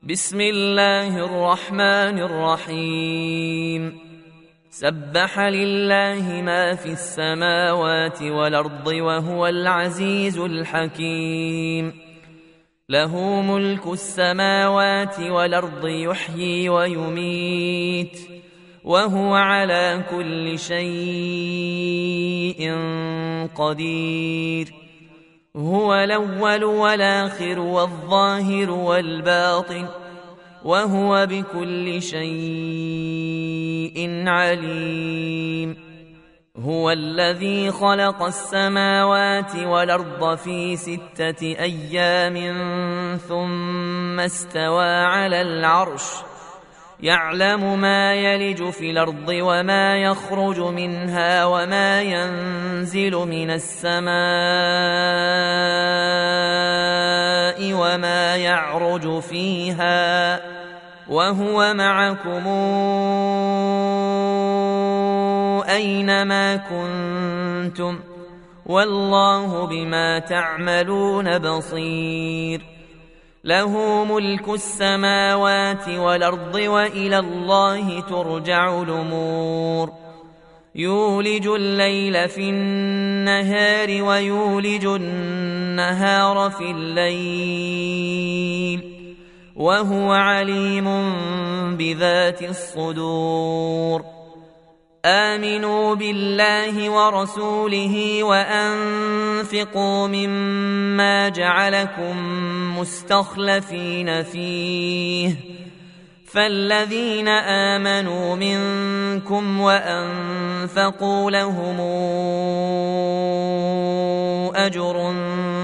بسم الله الرحمن الرحيم. سبح لله ما في السماوات والأرض وهو العزيز الحكيم. له ملك السماوات والأرض يحيي ويميت وهو على كل شيء قدير. هو الأول والآخر والظاهر والباطن وهو بكل شيء عليم. هو الذي خلق السماوات والأرض في 6 أيام ثم استوى على العرش يعلم ما يلج في الأرض وما يخرج منها وما ينزل من السماء وما يعرج فيها وهو معكم أينما كنتم والله بما تعملون بصير. له ملك السماوات والأرض وإلى الله ترجع الأمور. يولج الليل في النهار ويولج النهار في الليل وهو عليم بذات الصدور. آمنوا بالله ورسوله وأنفقوا مما جعلكم مستخلفين فيه فالذين آمنوا منكم وأنفقوا لهم أجر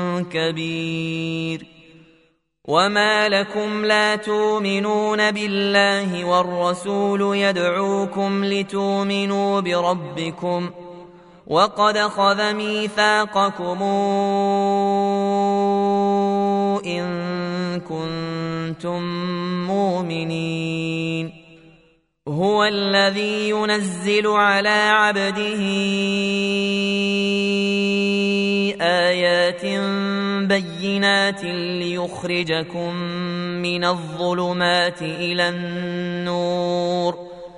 كبير. وما لكم لا تؤمنون بالله والرسول يدعوكم لتؤمنوا بربكم وقد أخذ ميثاقكم إن كنتم مؤمنين. هو الذي ينزل على عبده آيات بينات ليخرجكم من الظلمات إلى النور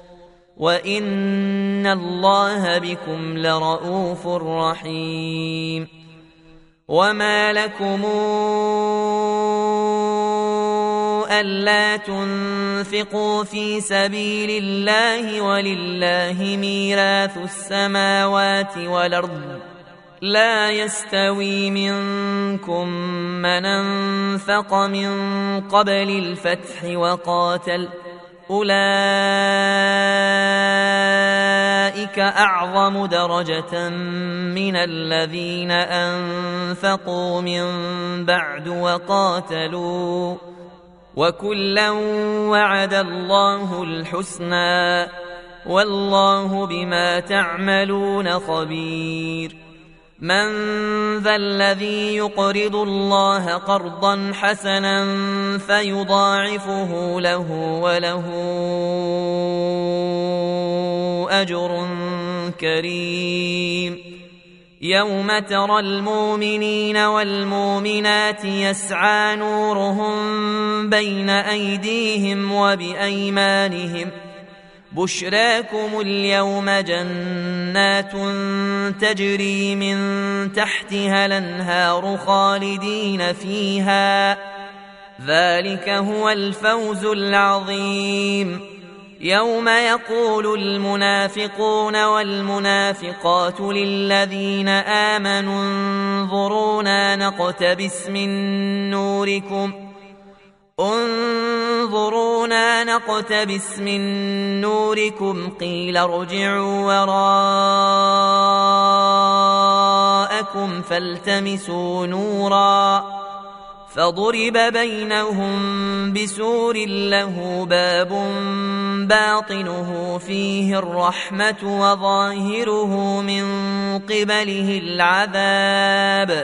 وإن الله بكم لرؤوف رحيم. وما لكم ألا تنفقوا في سبيل الله ولله ميراث السماوات والأرض لا يستوي منكم من أنفق من قبل الفتح وقاتل أولئك أعظم درجة من الذين أنفقوا من بعد وقاتلوا وكلا وعد الله الحسنى والله بما تعملون خبير. من ذا الذي يقرض الله قرضا حسنا فيضاعفه له وله أجر كريم. يوم ترى المؤمنين والمؤمنات يسعى نورهم بين أيديهم وبأيمانهم بشراكم اليوم جنات تجري من تحتها الأنهار خالدين فيها ذلك هو الفوز العظيم. يوم يقول المنافقون والمنافقات للذين آمنوا انظرونا نقتبس من نوركم قيل ارجعوا وراءكم فالتمسوا نورا فضرب بينهم بسور له باب باطنه فيه الرحمة وظاهره من قبله العذاب.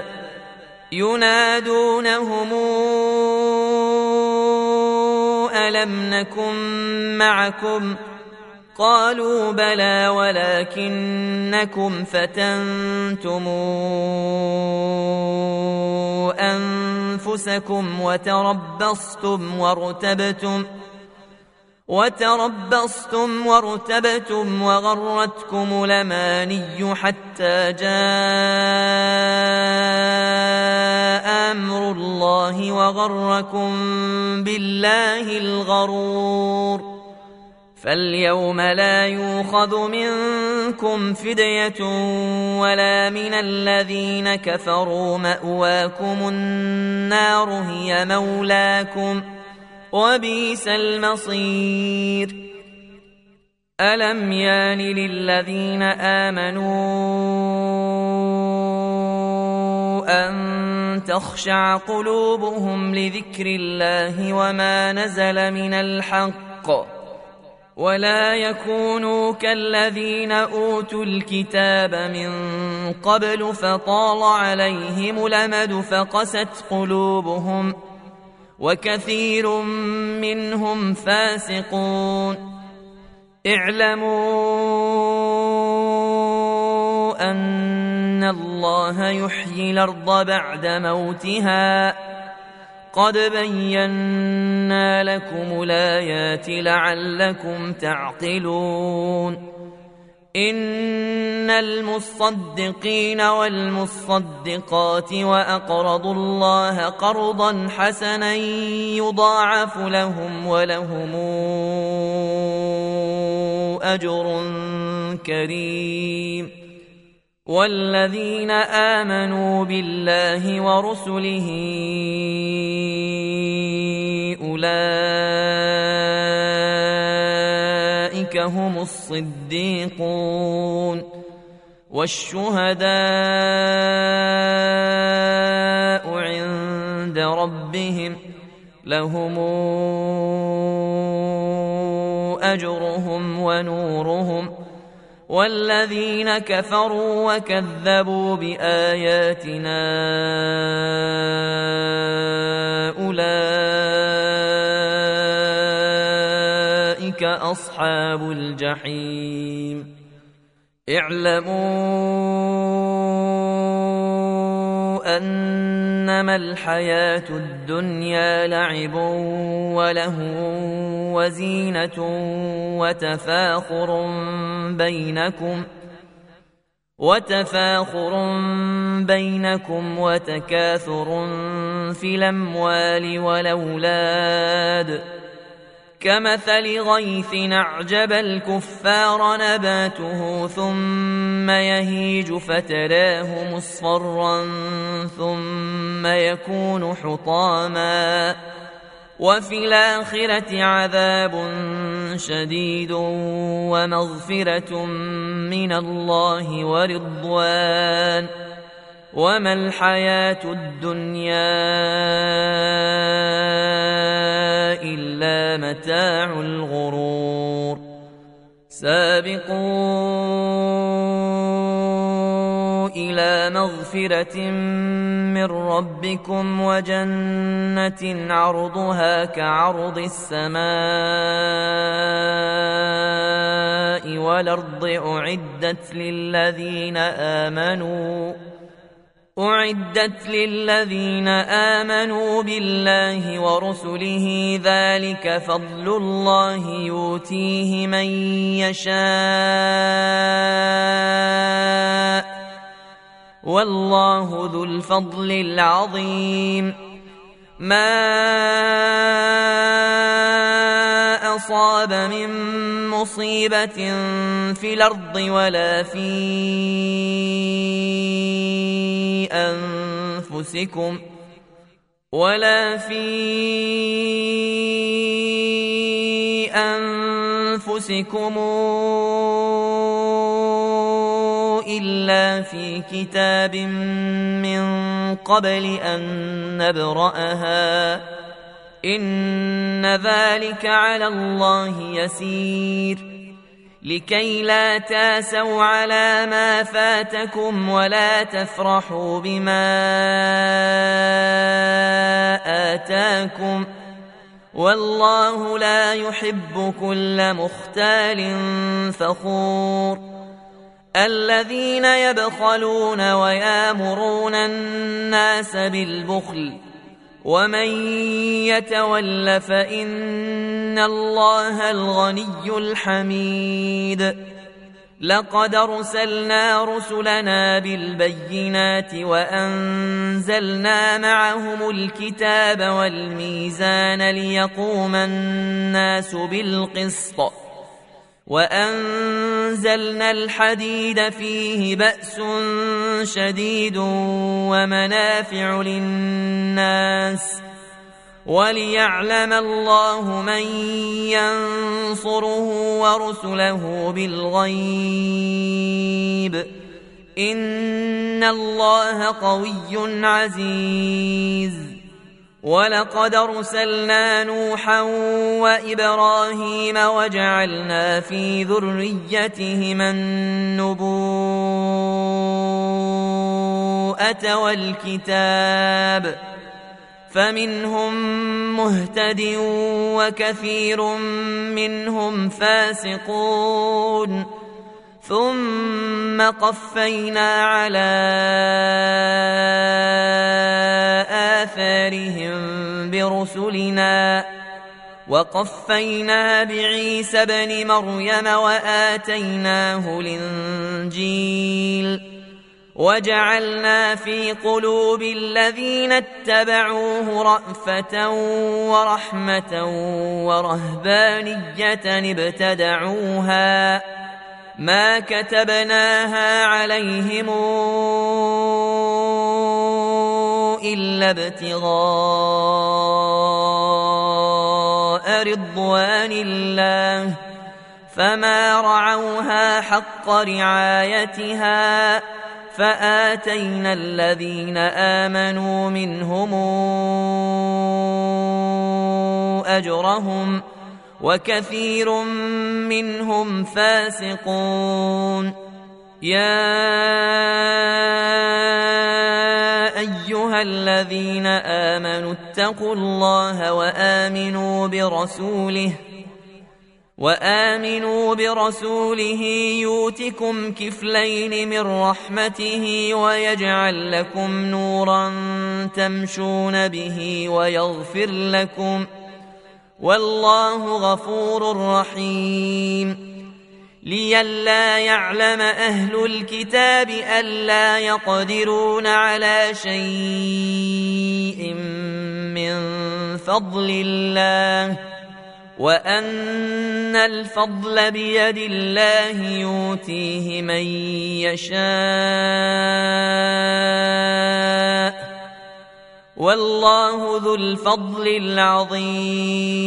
ينادونهم ألم نكن معكم قالوا بلى ولكنكم فتنتم أنفسكم وتربصتم وارتبتم وغرتكم الأماني حتى جاء أمر الله وغركم بالله الغرور. فاليوم لا يؤخذ منكم فدية ولا من الذين كفروا، مأواكم النار هي مولاكم وبئس المصير. ألم يان للذين آمنوا أن تخشع قلوبهم لذكر الله وما نزل من الحق ولا يكونوا كالذين أوتوا الكتاب من قبل فطال عليهم الأمد فقست قلوبهم وكثير منهم فاسقون. اعلموا أن الله يحيي الأرض بعد موتها قد بينا لكم الآيات لعلكم تعقلون. إن المصدقين والمصدقات وأقرضوا الله قرضا حسنا يضاعف لهم ولهم أجر كريم. والذين آمنوا بالله ورسله أولئك هم الصديقون والشهداء عند ربهم لهم أجرهم ونورهم. والذين كفروا وكذبوا بآياتنا أولئك أصحاب الجحيم. اعلموا أنما الحياة الدنيا لعب ولهو وزينة وتفاخر بينكم وتكاثر في الأموال والأولاد كمثل غيث أعجب الكفار نباته ثم يهيج فتراه مصفرا ثم يكون حطاما وفي الآخرة عذاب شديد ومغفرة من الله ورضوان وما الحياة الدنيا إلا متاع الغرور. سابقوا إلى مغفرة من ربكم وجنة عرضها كعرض السماء والأرض أعدت للذين آمنوا بالله ورسله ذلك فضل الله يؤتيه من يشاء والله ذو الفضل العظيم. ما أصاب من مصيبة في الأرض ولا في أنفسكم إلا في كتاب من قبل أن نبرأها إن ذلك على الله يسير. لكي لا تاسوا على ما فاتكم ولا تفرحوا بما آتاكم والله لا يحب كل مختال فخور. الذين يبخلون ويامرون الناس بالبخل ومن يتول فإن الله الغني الحميد لقد أرسلنا رسلنا بالبينات وأنزلنا معهم الكتاب والميزان ليقوم الناس بالقسط وأنزلنا الحديد فيه بأس شديد ومنافع للناس وليعلم الله من ينصره ورسله بالغيب إن الله قوي عزيز ولقد أرسلنا نوحا وإبراهيم وجعلنا في ذريتهما النبوءة والكتاب فمنهم مهتد وكثير منهم فاسقون ثم قفينا على آثارهم برسلنا وقفينا بعيسى ابن مريم وآتيناه الإنجيل وجعلنا في قلوب الذين اتبعوه رأفة ورحمة ورهبانية ابتدعوها ما كتبناها عليهم إلا ابتغاء رضوان الله فما رعوها حق رعايتها فآتينا الذين آمنوا منهم أجرهم وكثير منهم فاسقون يا أيها الذين آمنوا اتقوا الله وآمنوا برسوله يؤتكم كفلين من رحمته ويجعل لكم نورا تمشون به ويغفر لكم والله غفور رحيم لئلا يعلم أهل الكتاب ألا يقدرون على شيء من فضل الله وأن الفضل بيد الله يؤتيه من يشاء والله ذو الفضل العظيم